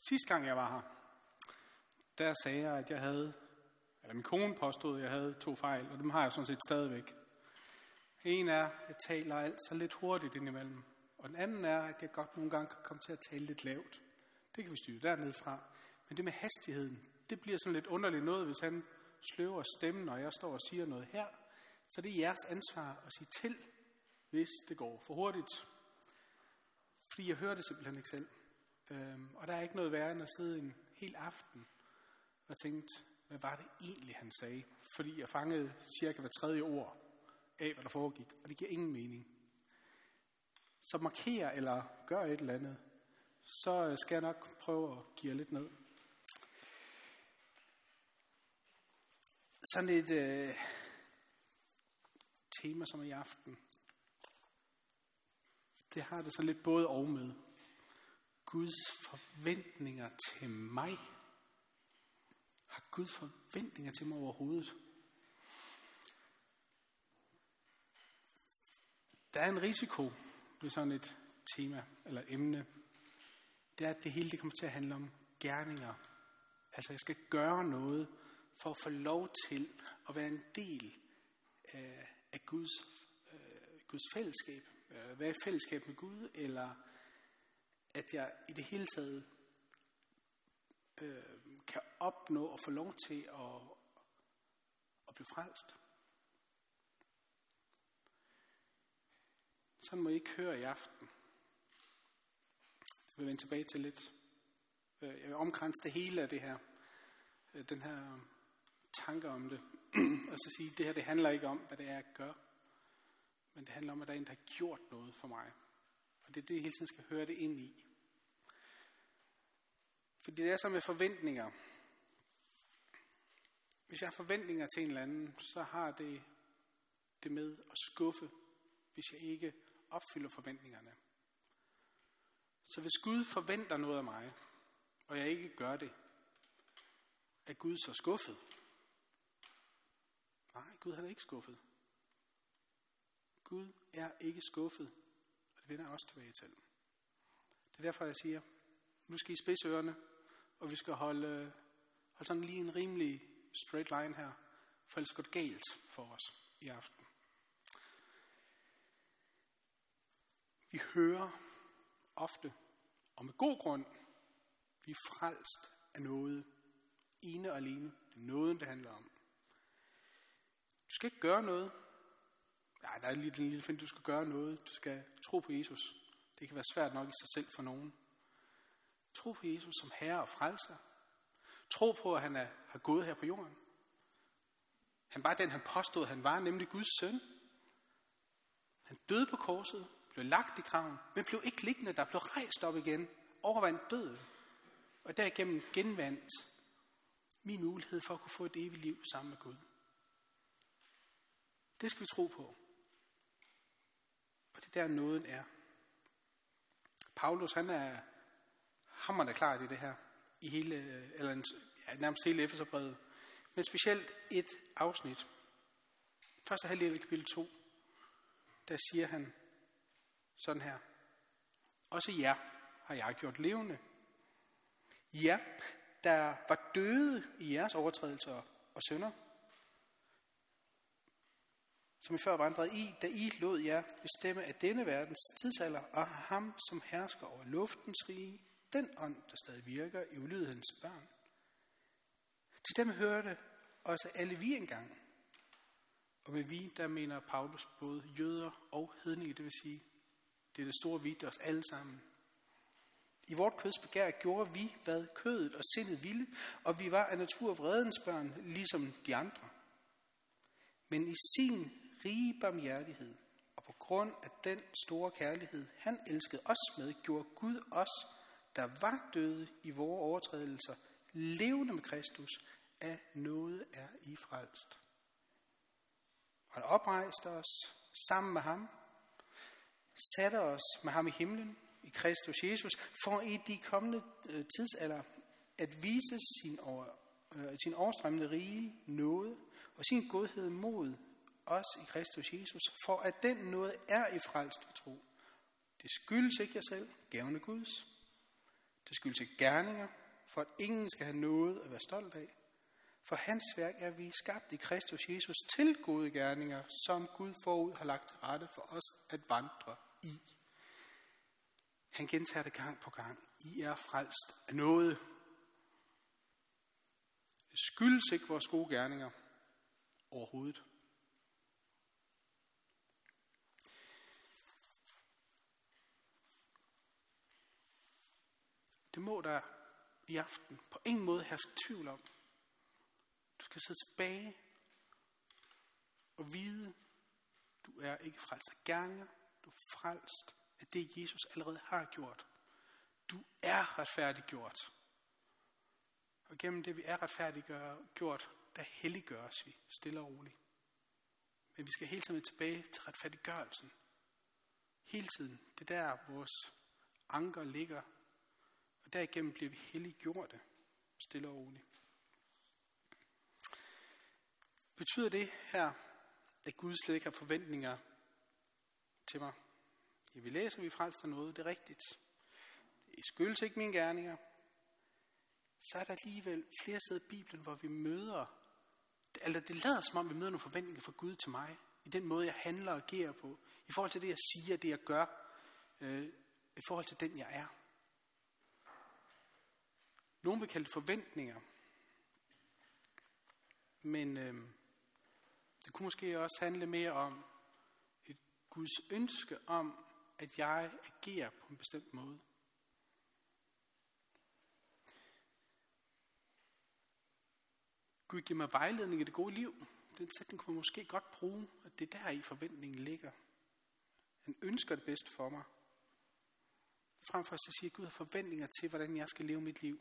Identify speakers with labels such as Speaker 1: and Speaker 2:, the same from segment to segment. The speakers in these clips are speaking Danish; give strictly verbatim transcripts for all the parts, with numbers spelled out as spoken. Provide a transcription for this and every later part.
Speaker 1: Sidste gang jeg var her, der sagde jeg, at jeg havde, eller min kone påstod, at jeg havde to fejl, og dem har jeg sådan set stadigvæk. En er, at jeg taler altså lidt hurtigt indimellem, og den anden er, at jeg godt nogle gange kan komme til at tale lidt lavt. Det kan vi styre dernede fra. Men det med hastigheden, det bliver sådan lidt underligt noget, hvis han sløver stemmen, og jeg står og siger noget her. Så det er jeres ansvar at sige til, hvis det går for hurtigt. Fordi jeg hører det simpelthen ikke selv. Øhm, og der er ikke noget værre end at sidde en hel aften og tænke, hvad var det egentlig, han sagde? Fordi jeg fangede cirka hver tredje ord af, hvad der foregik, og det giver ingen mening. Så marker eller gør et eller andet, så skal jeg nok prøve at give lidt ned. Sådan et øh, tema som i aften, det har det sådan lidt både og med. Guds forventninger til mig. Har Gud forventninger til mig overhovedet? Der er en risiko ved sådan et tema eller emne. Det er, at det hele det kommer til at handle om gerninger. Altså jeg skal gøre noget for at få lov til at være en del af, af Guds, øh, Guds fællesskab. Øh, være i fællesskab med Gud, eller at jeg i det hele taget øh, kan opnå og få lov til at, at blive frelst. Sådan må I ikke høre i aften. Jeg vil vende tilbage til lidt. Jeg vil omkranse det hele af det her. Den her tanke om det. Og så sige, at det her det handler ikke om, hvad det er, jeg gør. Men det handler om, at der er en, der har gjort noget for mig. Og det er det, jeg hele tiden skal høre det ind i. Fordi det er så med forventninger. Hvis jeg har forventninger til en eller anden, så har det det med at skuffe, hvis jeg ikke opfylder forventningerne. Så hvis Gud forventer noget af mig, og jeg ikke gør det, er Gud så skuffet? Nej, Gud han er ikke skuffet. Gud er ikke skuffet, og det vender jeg også tilbage til. Det er derfor, jeg siger, nu skal I spidse ørerne, og vi skal holde, holde sådan lige en rimelig straight line her, for ellers går det galt for os i aften. Vi hører ofte, og med god grund, vi er frelst af noget, ene og alene. Det er noget, det handler om. Du skal ikke gøre noget. Nej, der er lige en lille find, du skal gøre noget. Du skal tro på Jesus. Det kan være svært nok i sig selv for nogen. Tro på Jesus som herre og frelser. Tro på, at han er, har gået her på jorden. Han var den, han påstod, han var, nemlig Guds søn. Han døde på korset, blev lagt i graven, men blev ikke liggende, der blev rejst op igen, overvandt døden, og derigennem genvandt min mulighed for at kunne få et evigt liv sammen med Gud. Det skal vi tro på. Og det er der nåden er. Paulus, han er hamrende klar i det her, i hele, eller ja, nærmest hele Efeserbrevet, men specielt et afsnit. Første halvdel af kapitel to, der siger han sådan her. Også jer har jeg gjort levende. Ja, der var døde i jeres overtrædelser og synder, som I før vandrede i, da I lod jer bestemme af denne verdens tidsalder, og ham, som hersker over luftens rige, den ånd, der stadig virker i ulydighedens børn. Til dem hørte også alle vi engang. Og med vi, der mener Paulus både jøder og hedninge, det vil sige, det er det store vi, der os alle sammen. I vort køds begær gjorde vi, hvad kødet og sindet ville, og vi var af natur vredens børn, ligesom de andre. Men i sin rige barmhjertighed, og på grund af den store kærlighed, han elskede os med, gjorde Gud os, der var døde i vores overtrædelser, levende med Kristus, af noget er I frelst. Og han oprejste os sammen med ham, satte os med ham i himlen, i Kristus Jesus, for i de kommende øh, tidsalder at vise sin, over, øh, sin overstrømmende rige nåde og sin godhed mod os i Kristus Jesus, for at den nåde er i frelst ved tro. Det skyldes ikke jer selv, gaven er Guds. Det skyldes ikke gerninger, for at ingen skal have noget at være stolt af. For hans værk er vi skabt i Kristus Jesus til gode gerninger, som Gud forud har lagt til rette for os at vandre i. Han gentager det gang på gang. I er frelst af noget. Det skyldes ikke vores gode gerninger overhovedet. Det må der i aften på ingen måde herske tvivl om. Du skal sidde tilbage og vide, du er ikke frelst af gerninger, du er frelst af det, Jesus allerede har gjort. Du er retfærdiggjort. Og gennem det, vi er retfærdiggjort, der helliggøres vi stille og roligt. Men vi skal hele tiden tilbage til retfærdiggørelsen. Hele tiden. Det er der, vores anker ligger. Og derigennem bliver vi helliggjorte stille og roligt. Betyder det her, at Gud slet ikke har forventninger til mig? Ja, vi læser, vi frelster noget, det er rigtigt. Det skyldes ikke mine gerninger. Så er der alligevel flere steder i Bibelen, hvor vi møder, eller det lader som om, vi møder nogle forventninger fra Gud til mig, i den måde, jeg handler og agerer på, i forhold til det, jeg siger, det jeg gør, øh, i forhold til den, jeg er. Nogle vil kalde det forventninger, men øh, det kunne måske også handle mere om et Guds ønske om, at jeg agerer på en bestemt måde. Gud giver mig vejledning i det gode liv. Den sætning kunne man måske godt bruge, at det er der i forventningen ligger. Han ønsker det bedste for mig. Frem for at sige, at Gud har forventninger til, hvordan jeg skal leve mit liv.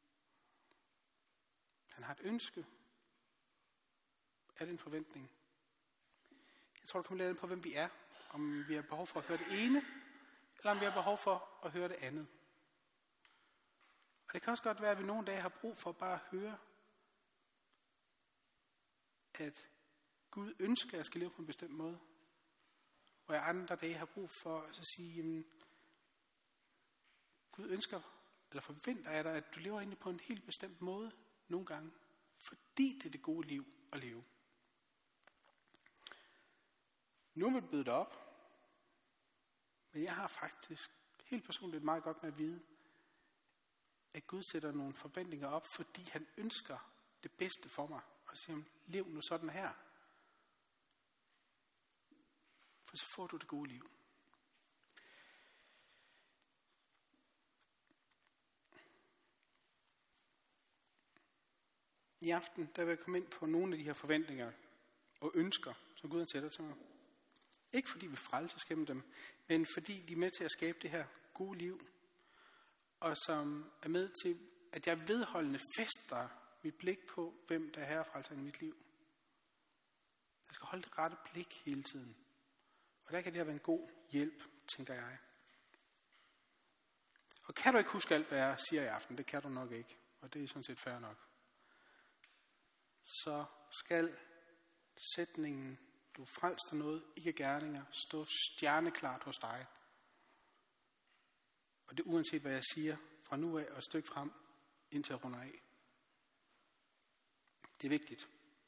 Speaker 1: Han har et ønske. Er det en forventning? Jeg tror, det kommer lidt an på, hvem vi er. Om vi har behov for at høre det ene, eller om vi har behov for at høre det andet. Og det kan også godt være, at vi nogle dage har brug for bare at høre, at Gud ønsker, at jeg skal leve på en bestemt måde. Og jeg andre dage har brug for at så sige, jamen, Gud ønsker, eller forventer af dig, at du lever egentlig på en helt bestemt måde nogle gange. Fordi det er det gode liv at leve. Nu vil jeg byde dig op. Men jeg har faktisk helt personligt meget godt med at vide, at Gud sætter nogle forventninger op, fordi han ønsker det bedste for mig. Og siger, lev nu sådan her. For så får du det gode liv. I aften, der vil jeg komme ind på nogle af de her forventninger og ønsker, som Gud har sætter til mig. Ikke fordi vi frelses gennem dem, men fordi de er med til at skabe det her gode liv. Og som er med til, at jeg vedholdende fester mit blik på, hvem der er herrefrelser i mit liv. Jeg skal holde det rette blik hele tiden. Og der kan det her være en god hjælp, tænker jeg. Og kan du ikke huske alt, hvad jeg siger i aften? Det kan du nok ikke. Og det er sådan set fair nok. Så skal sætningen, du er frelst af noget, ikke gerninger, stå stjerneklart hos dig. Og det uanset hvad jeg siger, fra nu af og et stykke frem, indtil jeg runder af. Det er vigtigt.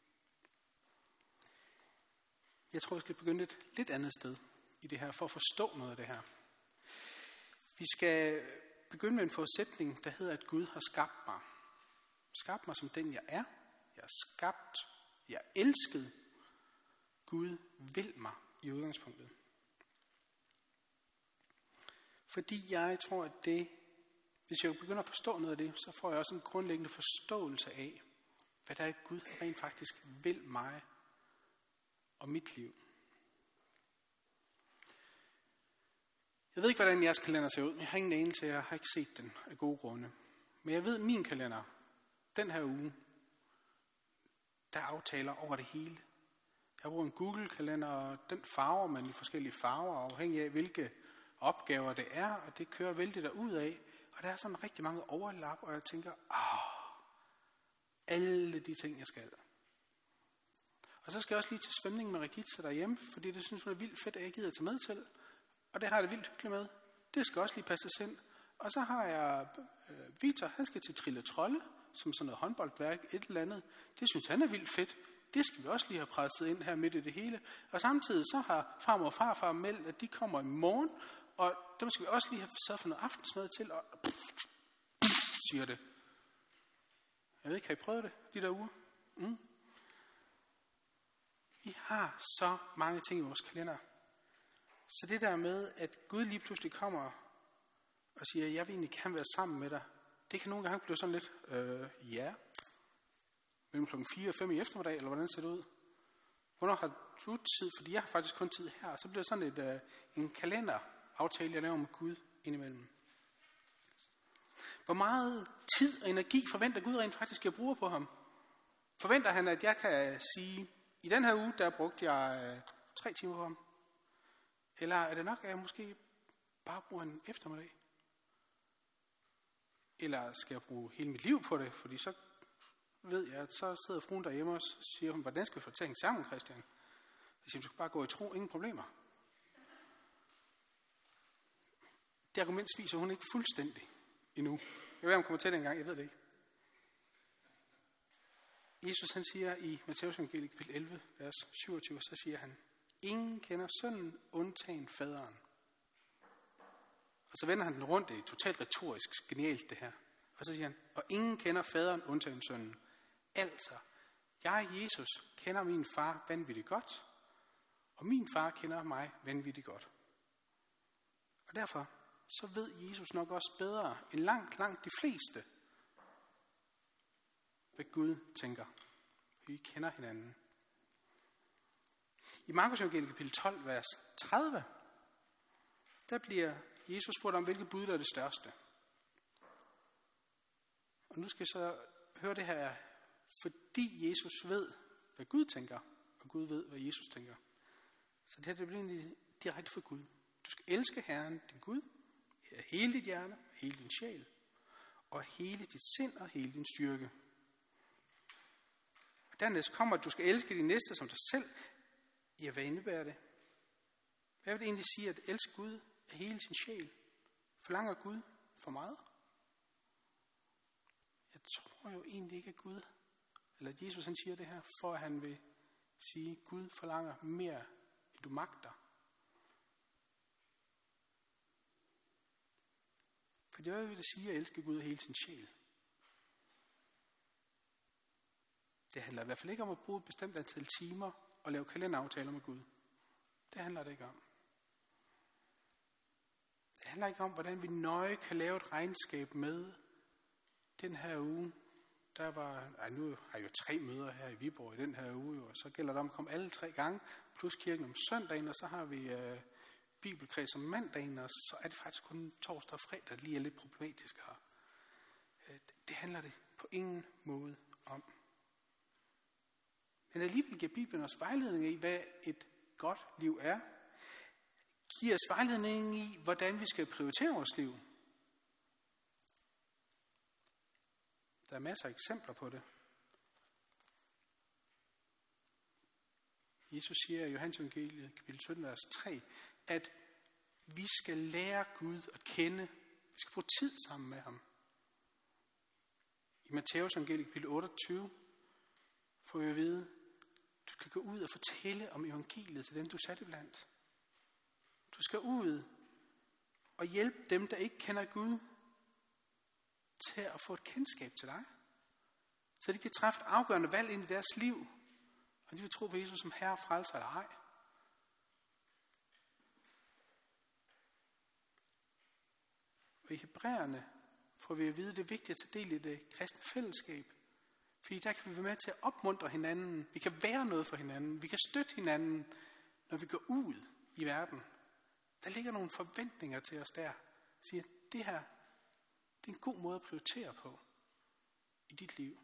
Speaker 1: Jeg tror, vi skal begynde et lidt andet sted i det her, for at forstå noget af det her. Vi skal begynde med en forudsætning, der hedder, at Gud har skabt mig. Skabt mig som den, jeg er. Jeg er skabt. Jeg er elsket. Gud vil mig i udgangspunktet. Fordi jeg tror, at det, hvis jeg begynder at forstå noget af det, så får jeg også en grundlæggende forståelse af, hvad der er, Gud rent faktisk vil mig og mit liv. Jeg ved ikke, hvordan jeres kalender ser ud. Jeg har ingen anelse, jeg har ikke set den af gode grunde. Men jeg ved, at min kalender, den her uge, der aftaler over det hele. Jeg bruger en Google-kalender, og den farver man i forskellige farver, afhængig af, hvilke opgaver det er, og det kører vældig derudad. Og der er sådan rigtig mange overlap, og jeg tænker, åh, alle de ting, jeg skal. Og så skal jeg også lige til svømning med Regitze derhjemme, fordi det synes hun er vildt fedt, at jeg gider tage med til. Og det har jeg det vildt hyggeligt med. Det skal også lige passes ind. Og så har jeg øh, Victor, han skal til Trille Trolle, som sådan noget håndboldværk, et eller andet. Det synes han er vildt fedt. Det skal vi også lige have presset ind her midt i det hele. Og samtidig så har farmor og farfar meldt, at de kommer i morgen, og dem skal vi også lige have sørget for noget aftensmad til, og pff, pff, siger det. Jeg ved ikke, har I prøvet det, de der uger? Mm. Vi har så mange ting i vores kalender. Så det der med, at Gud lige pludselig kommer og siger, jeg vil egentlig gerne være sammen med dig, det kan nogle gange blive sådan lidt, øh, ja, mellem klokken fire og fem i eftermiddag, eller hvordan ser det ud? Hvornår har du tid? Fordi jeg har faktisk kun tid her. Så bliver det sådan et, øh, en kalenderaftale, jeg laver med Gud indimellem. Hvor meget tid og energi forventer Gud rent faktisk, jeg bruger på ham? Forventer han, at jeg kan sige, i den her uge, der brugte jeg øh, tre timer på ham? Eller er det nok, at jeg måske bare bruger en eftermiddag? Eller skal jeg bruge hele mit liv på det? Fordi så ved jeg, at så sidder fruen derhjemme og siger, hun, hvordan skal vi få det til at hænge sammen, Christian? Jeg siger, du skal bare gå i tro, ingen problemer. Det argument viser hun ikke fuldstændig endnu. Jeg ved, om hun kommer til det engang, jeg ved det ikke. Jesus han siger i Matteus evangeliet kapitel elleve, vers syvogtyve, så siger han, ingen kender sønnen, undtagen faderen. Og så vender han den rundt, det er totalt retorisk, genialt det her. Og så siger han, og ingen kender faderen, undtagen sønnen. Altså, jeg, Jesus, kender min far vanvittigt godt, og min far kender mig vanvittigt godt. Og derfor, så ved Jesus nok også bedre end langt, langt de fleste, hvad Gud tænker. Vi kender hinanden. I Markus evangeliet kapitel tolv, vers tredive, der bliver Jesus spurgt om, hvilket bud der er det største. Og nu skal jeg så høre det her, fordi Jesus ved, hvad Gud tænker, og Gud ved, hvad Jesus tænker. Så det her det bliver egentlig direkte for Gud. Du skal elske Herren, din Gud, af hele dit hjerte, hele din sjæl, og hele dit sind og hele din styrke. Og dernæst kommer, at du skal elske din næste som dig selv. Ja, hvad indebærer det? Hvad vil det egentlig sige, at elske Gud af hele sin sjæl? Forlanger Gud for meget? Jeg tror jo egentlig ikke, at Gud, eller at Jesus han siger det her, for at han vil sige, at Gud forlanger mere, end du magter. For det hvad vil det sige at elske Gud af hele sin sjæl? Det handler i hvert fald ikke om at bruge et bestemt antal timer og lave kalenderaftaler med Gud. Det handler det ikke om. Det handler ikke om, hvordan vi nøje kan lave et regnskab med den her uge. Der var, ej, nu har jeg jo tre møder her i Viborg i den her uge, og så gælder det om at komme alle tre gange, plus kirken om søndagen, og så har vi øh, bibelkreds om mandagen, og så er det faktisk kun torsdag og fredag, der lige er lidt problematisk her. Øh, det handler det på ingen måde om. Men alligevel giver Bibelen os vejledning i, hvad et godt liv er. Giver os vejledning i, hvordan vi skal prioritere vores liv. Der er masser af eksempler på det. Jesus siger i Johannes evangeliet, kapitel sytten, vers tre, at vi skal lære Gud at kende. Vi skal få tid sammen med ham. I Matteus evangeliet, kapitel otteogtyve, får vi at vide, du skal gå ud og fortælle om evangeliet til dem, du er sat iblandt. Du skal ud og hjælpe dem, der ikke kender Gud, til at få et kendskab til dig. Så de kan træffe et afgørende valg ind i deres liv, og de vil tro på Jesus som Herre og Frelser eller ej. Og i Hebræerne får vi at vide, at det er vigtigt at tage del i det kristne fællesskab. Fordi der kan vi være med til at opmuntre hinanden. Vi kan være noget for hinanden. Vi kan støtte hinanden, når vi går ud i verden. Der ligger nogle forventninger til os der. Siger, det her, det er en god måde at prioritere på i dit liv.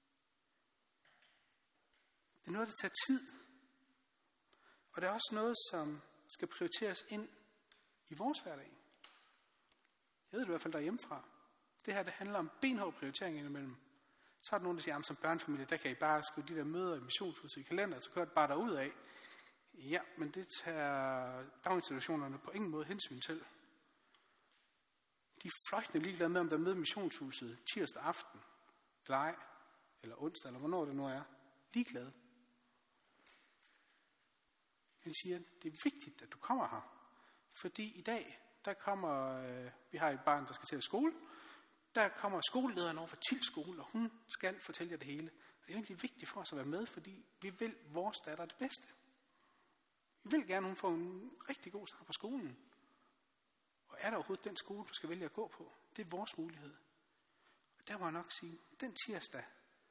Speaker 1: Det er noget, der tager tid. Og det er også noget, som skal prioriteres ind i vores hverdag. Jeg ved det i hvert fald derhjemmefra. Det her, det handler om benhård prioritering indimellem. Så er der nogen, der siger, at som børnefamilie, der kan I bare skrive de der møder i missionshuset i kalender, så kører det bare derud af. Ja, men det tager daginstitutionerne på ingen måde hensyn til. De er fløjtende ligeglade med, om der er møde i missionshuset tirsdag aften, eller ej, eller onsdag, eller hvornår det nu er. Ligeglade. Men de siger, det er vigtigt, at du kommer her. Fordi i dag, der kommer, øh, vi har et barn, der skal til at skole, der kommer skolelederen over for til skole, og hun skal fortælle jer det hele. Og det er egentlig vigtigt for os at være med, fordi vi vil vores datter det bedste. Vi vil gerne, at hun får en rigtig god start på skolen. Og er der overhovedet den skole, du skal vælge at gå på? Det er vores mulighed. Og der må jeg nok sige, den tirsdag,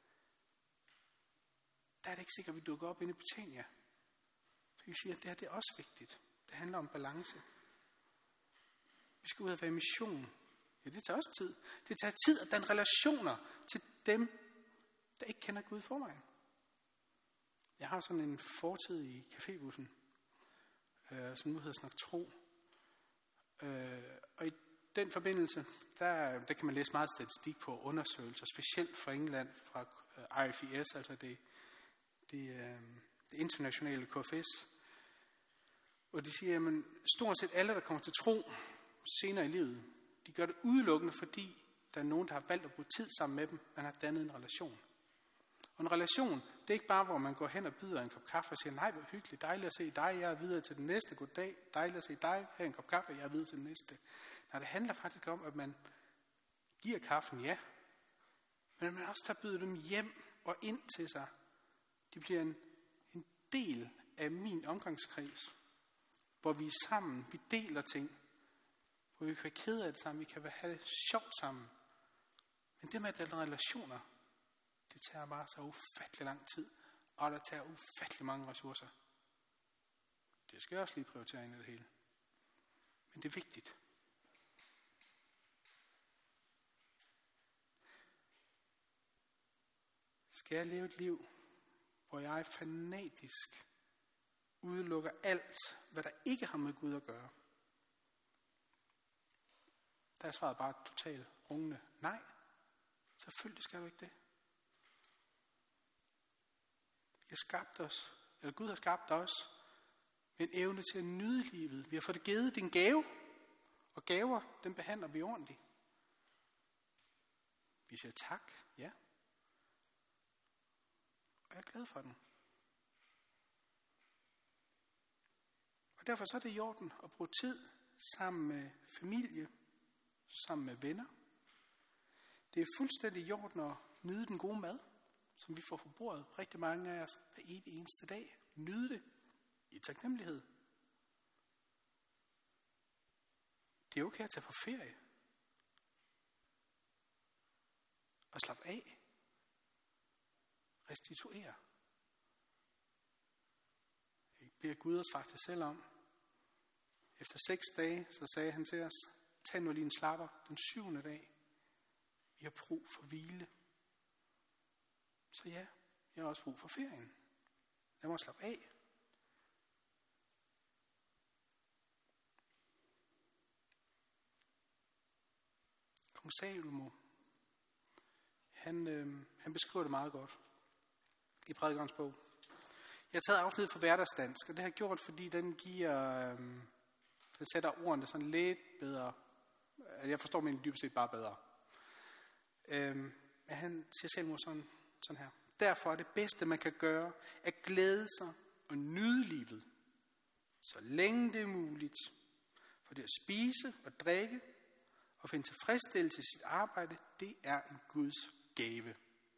Speaker 1: der er det ikke sikkert, at vi dukker op inde i Betania. Så vi siger, at det her det er også vigtigt. Det handler om balance. Vi skal ud og være i mission. Ja, det tager også tid. Det tager tid at danne relationer til dem, der ikke kender Gud i forvejen. Jeg har sådan en fortid i cafébussen, øh, som nu hedder Snak Tro. Øh, og i den forbindelse, der, der kan man læse meget statistik på undersøgelser, specielt fra England, fra øh, I F I S, altså det, det, øh, det internationale K F S. Og de siger, at stort set alle, der kommer til tro senere i livet, de gør det udelukkende, fordi der er nogen, der har valgt at bruge tid sammen med dem. Man har dannet en relation. Og en relation, det er ikke bare, hvor man går hen og byder en kop kaffe og siger, nej, hvor hyggeligt, dejligt at se dig, jeg er videre til den næste, goddag, dejligt at se dig, her en kop kaffe, jeg er videre til den næste. Nej, det handler faktisk om, at man giver kaffen, ja, men at man også tager byder dem hjem og ind til sig. De bliver en, en del af min omgangskreds, hvor vi er sammen, vi deler ting, hvor vi kan være kede af det sammen, vi kan have det sjovt sammen. Men det med at danne relationer, det tager bare så ufattelig lang tid, og der tager ufattelig mange ressourcer. Det skal jeg også lige prioritere ind i det hele. Men det er vigtigt. Skal jeg leve et liv, hvor jeg fanatisk udelukker alt, hvad der ikke har med Gud at gøre? Der er svaret bare totalt rungende nej. Selvfølgelig skal du ikke det. Jeg skabte os, eller Gud har skabt os med en evne til at nyde livet. Vi har fået det givet, det er en gave, og gaver, den behandler vi ordentligt. Vi siger tak, ja. Og jeg er glad for den. Og derfor så er det i orden at bruge tid sammen med familie, sammen med venner. Det er fuldstændig i orden at nyde den gode mad, som vi får på bordet. Rigtig mange af os hver evig eneste dag. Nyde det i taknemmelighed. Det er okay at tage på ferie. Og slappe af. Restituere. Jeg beder Gud os faktisk selv om. Efter seks dage, så sagde han til os, tag nu lige en slapper den syvende dag. Vi har brug for hvile. Så ja, jeg har også brug for ferien. Lad mig slappe af. Kong Salomo, han, øh, han beskriver det meget godt i Prædikerens bog. Jeg har taget afsnit for hverdagsdansk, og det har jeg gjort, fordi den giver, øh, den sætter ordene sådan lidt bedre. Jeg forstår mig dybest set bare bedre. Øh, men han siger Salomo sådan, sådan her. Derfor er det bedste, man kan gøre, at glæde sig og nyde livet, så længe det er muligt. For det at spise og drikke og finde tilfredsstillelse i sit arbejde, det er en Guds gave.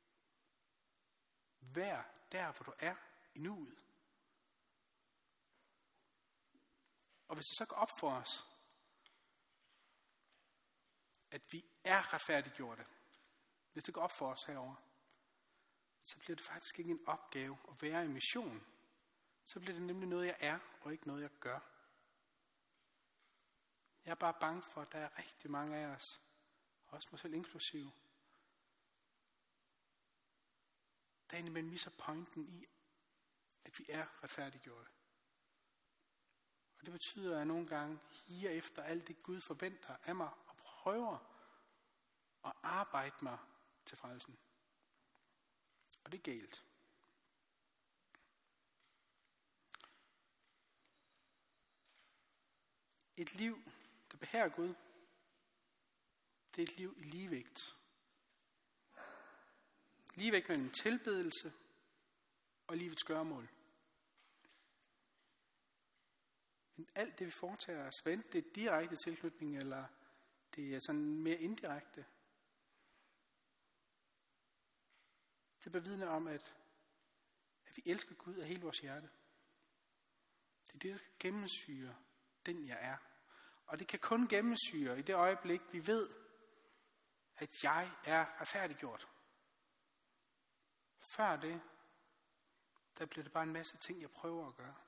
Speaker 1: Vær der, hvor du er i nuet. Og hvis det så går op for os, at vi er retfærdiggjorte, hvis det går op for os herovre, så bliver det faktisk ikke en opgave at være i mission. Så bliver det nemlig noget, jeg er, og ikke noget, jeg gør. Jeg er bare bange for, at der er rigtig mange af os, også mig selv inklusiv, der indimellem misser pointen i, at vi er retfærdiggjorte. Og det betyder, at jeg nogle gange higer efter alt det, Gud forventer af mig, og prøver at arbejde mig til frelsen. Og det er galt. Et liv, der beherrer Gud, det er et liv i ligevægt. Ligevægt mellem tilbedelse og livets gøremål. Men alt det, vi foretager os, hvad enten det er direkte tilknytning, eller det er sådan mere indirekte, det bevidner om, at, at vi elsker Gud af hele vores hjerte. Det er det, der skal gennemsyre den, jeg er. Og det kan kun gennemsyre i det øjeblik, vi ved, at jeg er retfærdiggjort. Før det, der bliver det bare en masse ting, jeg prøver at gøre.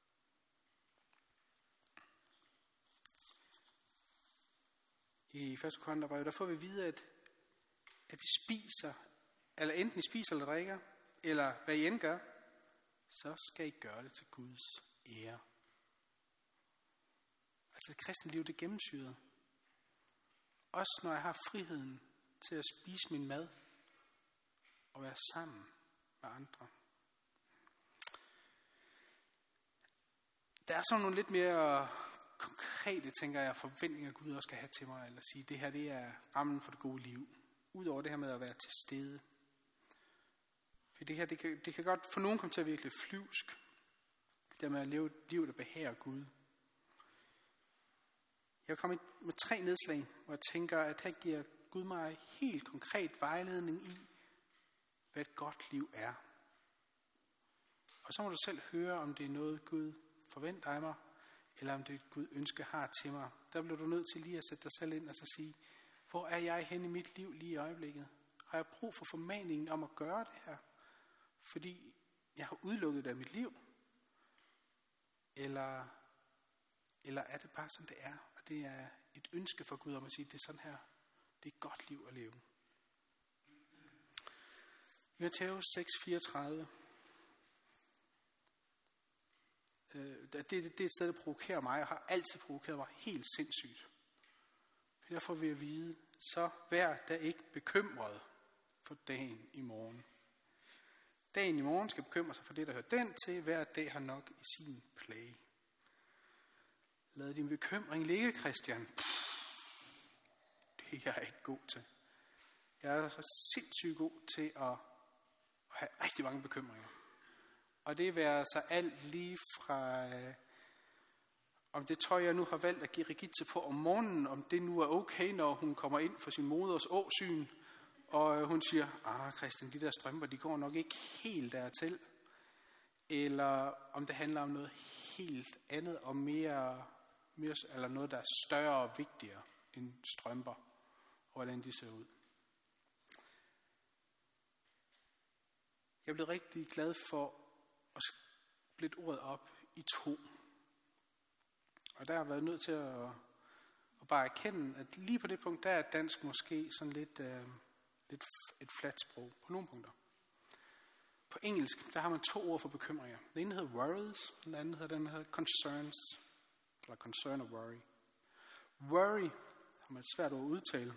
Speaker 1: I første Korintherbrev, der får vi at vide, at, at vi spiser, eller enten I spiser eller drikker, eller hvad I end gør, så skal I gøre det til Guds ære. Altså det kristne liv, det er gennemsyret. Også når jeg har friheden til at spise min mad og være sammen med andre. Der er sådan nogle lidt mere konkrete, tænker jeg, forventninger Gud også skal have til mig, eller sige, det her det er rammen for det gode liv. Udover det her med at være til stede. For det her, det kan, det kan godt for nogen komme til at virke lidt flyvsk. Det med at leve et liv, der behager Gud. Jeg vil komme med tre nedslag, hvor jeg tænker, at her giver Gud mig helt konkret vejledning i, hvad et godt liv er. Og så må du selv høre, om det er noget Gud forventer af mig, eller om det er et Gud ønske har til mig. Der bliver du nødt til lige at sætte dig selv ind og så sige, hvor er jeg henne i mit liv lige i øjeblikket? Har jeg brug for formaningen om at gøre det her? Fordi jeg har udelukket det af mit liv? Eller, eller er det bare sådan, det er? Og det er et ønske for Gud om at sige, det er sådan her. Det er et godt liv at leve. I Matthæus seks fireogtredive. Det, det, det er et sted, der provokerer mig, og har altid provokeret mig helt sindssygt. Derfor vil jeg vide, så vær da ikke bekymret for dagen i morgen. Dagen i morgen skal bekymre sig for det, der hører den til. Hver dag har nok i sin plage. Lad din bekymring ligge, Christian. Pff, det er jeg ikke god til. Jeg er så sindssygt god til at, at have rigtig mange bekymringer. Og det vil så alt lige fra, øh, om det tøj, jeg nu har valgt at give Rigitte på om morgenen, om det nu er okay, når hun kommer ind for sin moders åsyn, og hun siger, ah Christian, de der strømper, de går nok ikke helt dertil. Eller om det handler om noget helt andet, og mere, mere eller noget, der er større og vigtigere end strømper, og hvordan de ser ud. Jeg er blevet rigtig glad for at splitte ordet op i to. Og der har jeg været nødt til at, at bare erkende, at lige på det punkt, der er dansk måske sådan lidt, øh, lidt et fladt sprog på nogle punkter. På engelsk, der har man to ord for bekymringer. Den ene hedder worries, og den anden hedder, den hedder concerns. Eller concern og worry. Worry, har man et svært ord at udtale,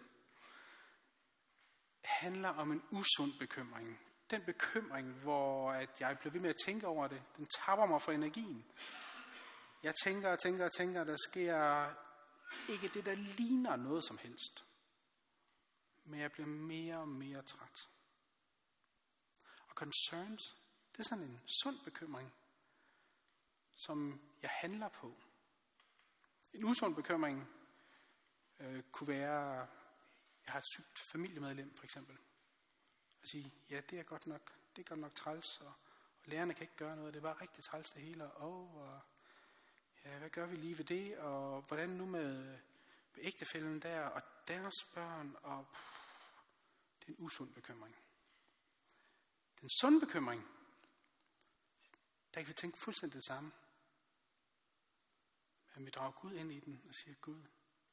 Speaker 1: handler om en usund bekymring. Den bekymring, hvor at jeg bliver ved med at tænke over det, den tapper mig for energien. Jeg tænker og tænker og tænker, der sker ikke det, der ligner noget som helst. Men jeg bliver mere og mere træt. Og concerns, det er sådan en sund bekymring, som jeg handler på. En usund bekymring øh, kunne være, jeg har et sygt familiemedlem for eksempel. Og sige, ja, det er godt nok, det er godt nok træls, og, og lærerne kan ikke gøre noget, det var rigtig træls det hele, og, og ja, hvad gør vi lige ved det, og hvordan nu med, med ægtefælden der, og deres børn, og pff, det er en usund bekymring. Den sunde bekymring, der kan vi tænke fuldstændig det samme. Men vi drager Gud ind i den og siger, Gud,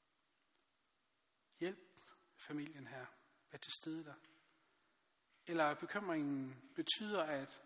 Speaker 1: hjælp familien her, vær til stede der. Eller bekymringen betyder, at,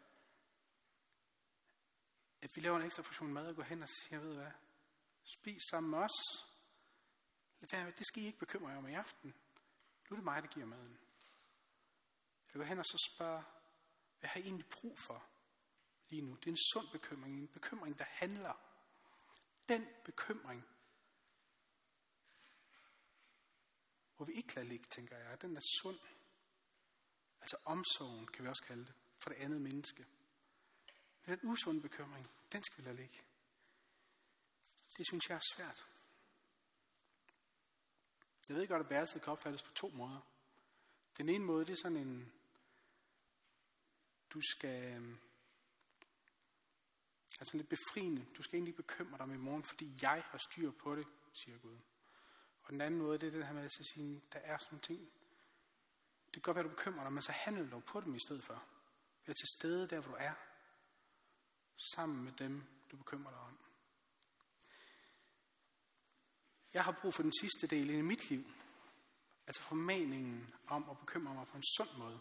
Speaker 1: at vi laver en ekstra portion mad og går hen og siger, ved hvad, spis sammen med os. Det skal I ikke bekymre jer om i aften. Nu er det mig, der giver maden. Jeg går hen og så spørger, hvad har I egentlig brug for lige nu? Det er en sund bekymring, en bekymring, der handler. Den bekymring hvor vi ikke lader ligge, tænker jeg. Den er sund. Altså omsorgen, kan vi også kalde det, for det andet menneske. Men den usunde bekymring, den skal vi lade ligge. Det synes jeg er svært. Jeg ved godt, at værelset kan opfattes på to måder. Den ene måde, det er sådan en, du skal, altså lidt befriende. Du skal egentlig ikke bekymre dig om i morgen, fordi jeg har styr på det, siger Gud. Og den anden måde, det er det her med at sige, der er sådan nogle ting. Det kan godt være, du bekymrer dig, men så handler du på dem i stedet for. Vær til stede der, hvor du er. Sammen med dem, du bekymrer dig om. Jeg har brug for den sidste del i mit liv. Altså formaningen om at bekymre mig på en sund måde.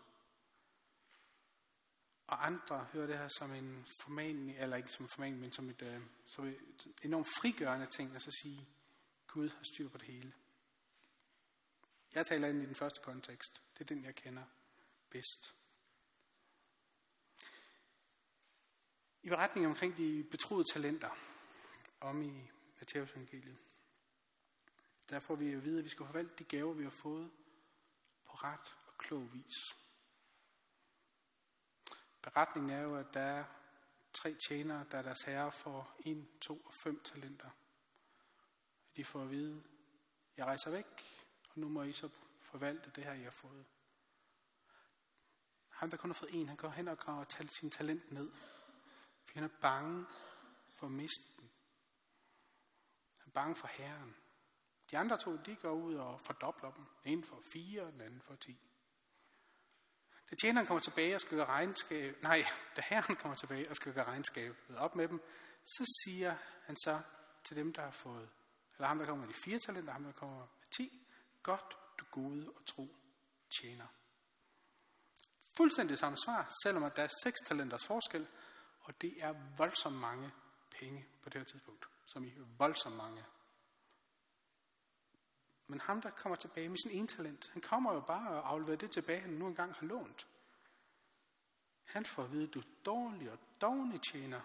Speaker 1: Og andre hører det her som en formaning, eller ikke som en formaning, men som et, øh, som et enormt frigørende ting, altså at sige, Gud har styr på det hele. Jeg taler ind i den første kontekst. Det er den, jeg kender bedst. I beretningen omkring de betroede talenter, om i Matteus evangeliet, der får vi at vide, at vi skal forvalte de gaver, vi har fået, på ret og klog vis. Beretningen er jo, at der er tre tjenere, der er deres herre for en, to og fem talenter. De får at vide, jeg rejser væk, og nu må I så forvalte det her, I har fået. Han, der kun har fået en, han går hen og graver sin talent ned. For han er bange for at miste den. Han er bange for Herren. De andre to, de går ud og fordobler dem. En for fire, og den anden for ti. Da tjeneren kommer tilbage og skal gøre regnskab, nej, da Herren kommer tilbage og skal gøre regnskabet op med dem, så siger han så til dem, der har fået, eller ham, der kommer med de fire talenter, ham, der kommer med ti, godt, du gode og tro tjener. Fuldstændig samme svar, selvom at der er seks talenters forskel, og det er voldsomt mange penge på det her tidspunkt, som i voldsomt mange. Men ham, der kommer tilbage med sin ene talent, han kommer jo bare og afleverer det tilbage, han nu engang har lånt. Han får at vide, du er dårlig og dovne tjener.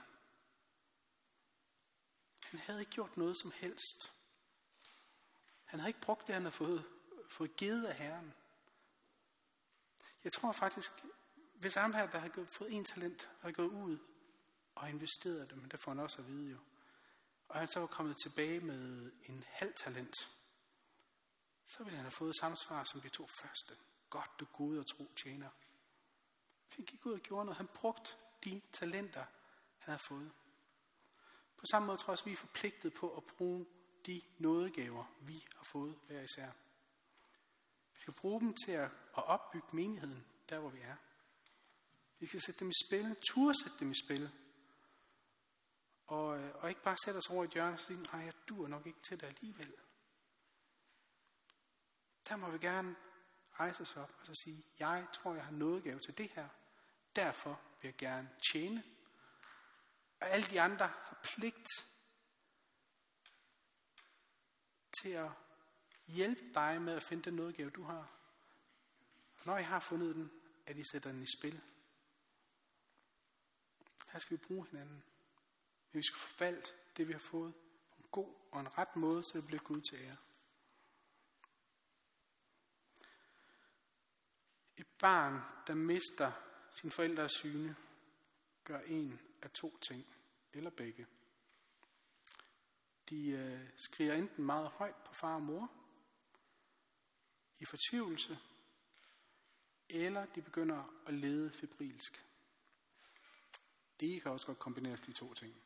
Speaker 1: Han havde ikke gjort noget som helst. Han havde ikke brugt det, han havde fået, fået givet af Herren. Jeg tror faktisk, hvis ham her, der havde fået en talent, havde gået ud og investeret det, men det får han også at vide jo, og han så var kommet tilbage med en halv talent, så ville han have fået samme svar som de to første. Godt, du gode og tro tjener. Han gik ud og gjorde noget. Han brugte de talenter, han havde fået. På samme måde tror jeg også, vi er forpligtet på at bruge de nådegaver, vi har fået hver især. Vi skal bruge dem til at opbygge menigheden, der hvor vi er. Vi skal sætte dem i spil, turde sætte dem i spil. Og, og ikke bare sætte os over i et hjørne og sige, nej, jeg duer nok ikke til det alligevel. Der må vi gerne rejse os op og så sige, jeg tror, jeg har nådegave til det her. Derfor vil jeg gerne tjene. Og alle de andre har pligt til at hjælpe dig med at finde den nådegave, du har. Og når I har fundet den, at I sætter den i spil. Her skal vi bruge hinanden. Men vi skal forvalte det, vi har fået på en god og en ret måde, så det bliver Gud til ære. Et barn, der mister sin forældres syne, gør en af to ting, eller begge. De øh, skriger enten meget højt på far og mor, i fortvivlelse, eller de begynder at lede febrilsk. Det kan også godt kombineres, de to ting.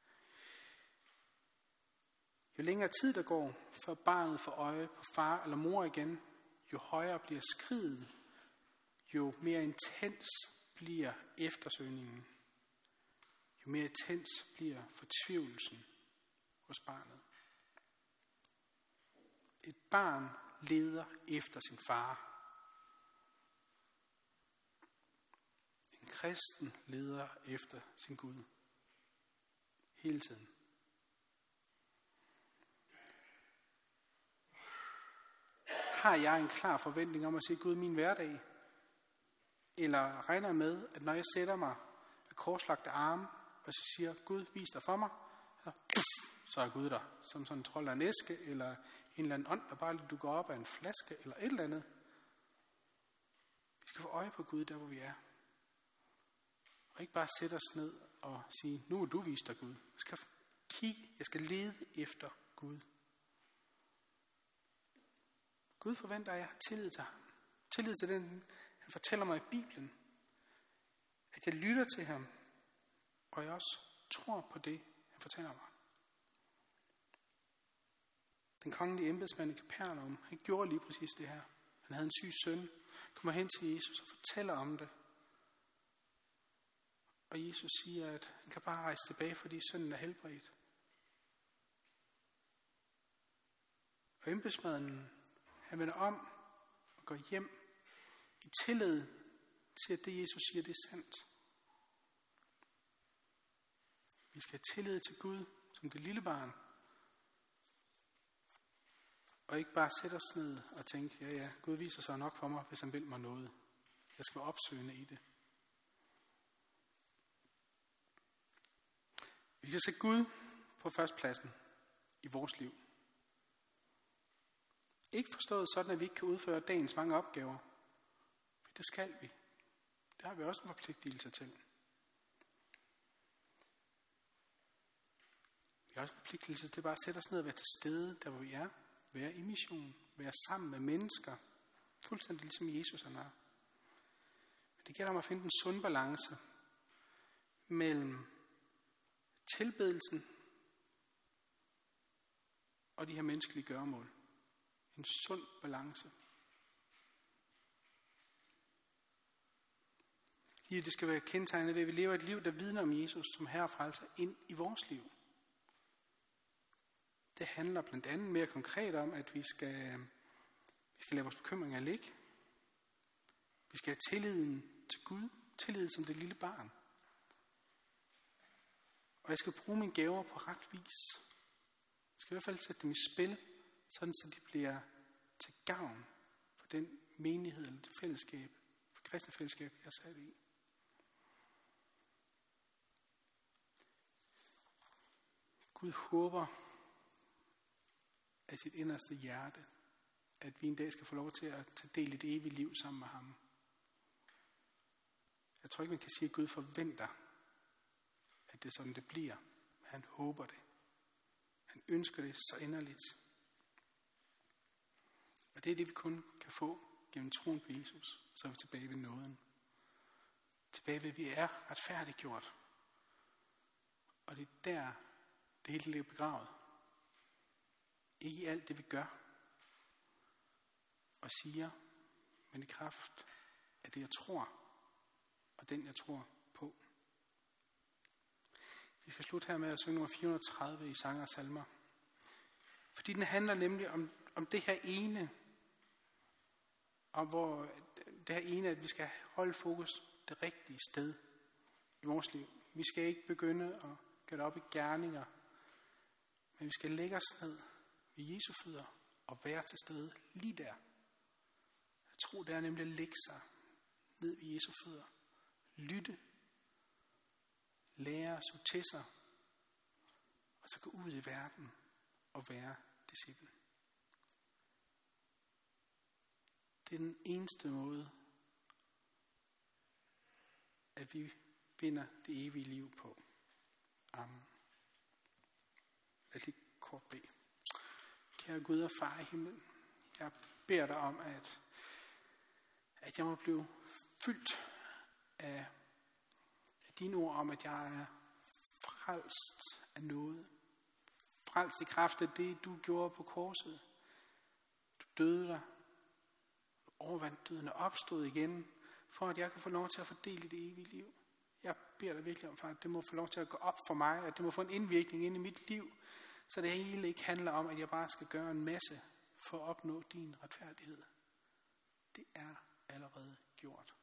Speaker 1: Jo længere tid der går, før barnet får øje på far eller mor igen, jo højere bliver skriget, jo mere intens bliver eftersøgningen, jo mere intens bliver fortvivlelsen hos barnet. Et barn leder efter sin far. En kristen leder efter sin Gud. Hele tiden. Har jeg en klar forventning om at se Gud i min hverdag? Eller regner jeg med, at når jeg sætter mig med korslagte arme, og så siger, Gud, vis dig for mig, så, så er Gud der, som sådan en trold af en æske, eller en eller anden ånd, der bare dukker op af en flaske eller et eller andet. Vi skal få øje på Gud, der hvor vi er. Og ikke bare sætte os ned og sige, nu er du vist dig Gud. Jeg skal kigge, jeg skal lede efter Gud. Gud forventer, at jeg har tillid til ham. Tillid til den, han fortæller mig i Bibelen. At jeg lytter til ham, og jeg også tror på det, han fortæller mig. Den kongelige embedsmand i Kapernaum, han gjorde lige præcis det her. Han havde en syg søn, kommer hen til Jesus og fortæller om det. Og Jesus siger, at han kan bare rejse tilbage, fordi sønnen er helbredt. Og embedsmanden, han vender om og går hjem i tillid til, at det Jesus siger, det er sandt. Vi skal have tillid til Gud som det lille barn. Og ikke bare sætte os ned og tænke, ja ja, Gud viser sig nok for mig, hvis han vil mig noget. Jeg skal være opsøgende i det. Vi skal sætte Gud på førstepladsen i vores liv. Ikke forstået sådan, at vi ikke kan udføre dagens mange opgaver. For det skal vi. Det har vi også en forpligtelse til. Vi har også en forpligtelse til bare at sætte os ned og være til stede, der hvor vi er. Være i mission. Være sammen med mennesker. Fuldstændig ligesom Jesus han er. Men det gælder om at finde en sund balance mellem tilbedelsen og de her menneskelige gøremål. En sund balance. Livet det skal være kendetegnet ved, at vi lever et liv, der vidner om Jesus som Herre og Frelser ind i vores liv. Det handler blandt andet mere konkret om, at vi skal, vi skal lade vores bekymringer ligge. Vi skal have tilliden til Gud. Tillid som det lille barn. Og jeg skal bruge mine gaver på ret vis. Jeg skal i hvert fald sætte dem i spil, sådan så de bliver til gavn for den menighed eller det fællesskab, for kristne fællesskab, jeg er sat i. Gud håber af sit inderste hjerte, at vi en dag skal få lov til at tage del i det evige liv sammen med ham. Jeg tror ikke, man kan sige, at Gud forventer, at det er sådan, det bliver. Men han håber det. Han ønsker det så inderligt. Og det er det, vi kun kan få gennem troen på Jesus. Så er vi tilbage ved nåden. Tilbage ved, at vi er retfærdiggjort. Og det er der, det hele ligger begravet. Ikke i alt det, vi gør og siger, men i kraft af det, jeg tror, og den, jeg tror på. Vi skal slutte her med at synge nummer fire hundrede og tredive i Sange og Salmer. Fordi den handler nemlig om, om det her ene, og hvor det her ene, at vi skal holde fokus det rigtige sted i vores liv. Vi skal ikke begynde at gøre det op i gerninger, men vi skal lægge os ned ved Jesu fødder og være til stede lige der. Jeg tror, det er nemlig at lægge sig ned ved Jesu fødder. Lytte. Lære, så til sig. Og så gå ud i verden og være disciple. Det er den eneste måde, at vi vinder det evige liv på. Amen. Lad os lige kort bede. Kære Gud og Far i himlen, jeg beder dig om, at, at jeg må blive fyldt af, af dine ord om, at jeg er frelst af noget. Frelst i kraft af det, du gjorde på korset. Du døde dig. Du overvandt døden og opstod igen, for at jeg kan få lov til at fordele det evige liv. Jeg beder dig virkelig om, far, at det må få lov til at gå op for mig, at det må få en indvirkning ind i mit liv, så det hele ikke handler om, at jeg bare skal gøre en masse for at opnå din retfærdighed. Det er allerede gjort.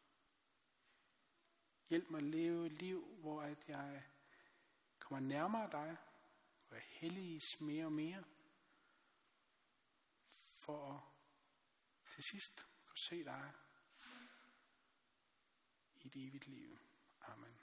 Speaker 1: Hjælp mig at leve et liv, hvor at jeg kommer nærmere dig, hvor jeg helliges mere og mere, for at til sidst kunne se dig i et evigt liv. Amen.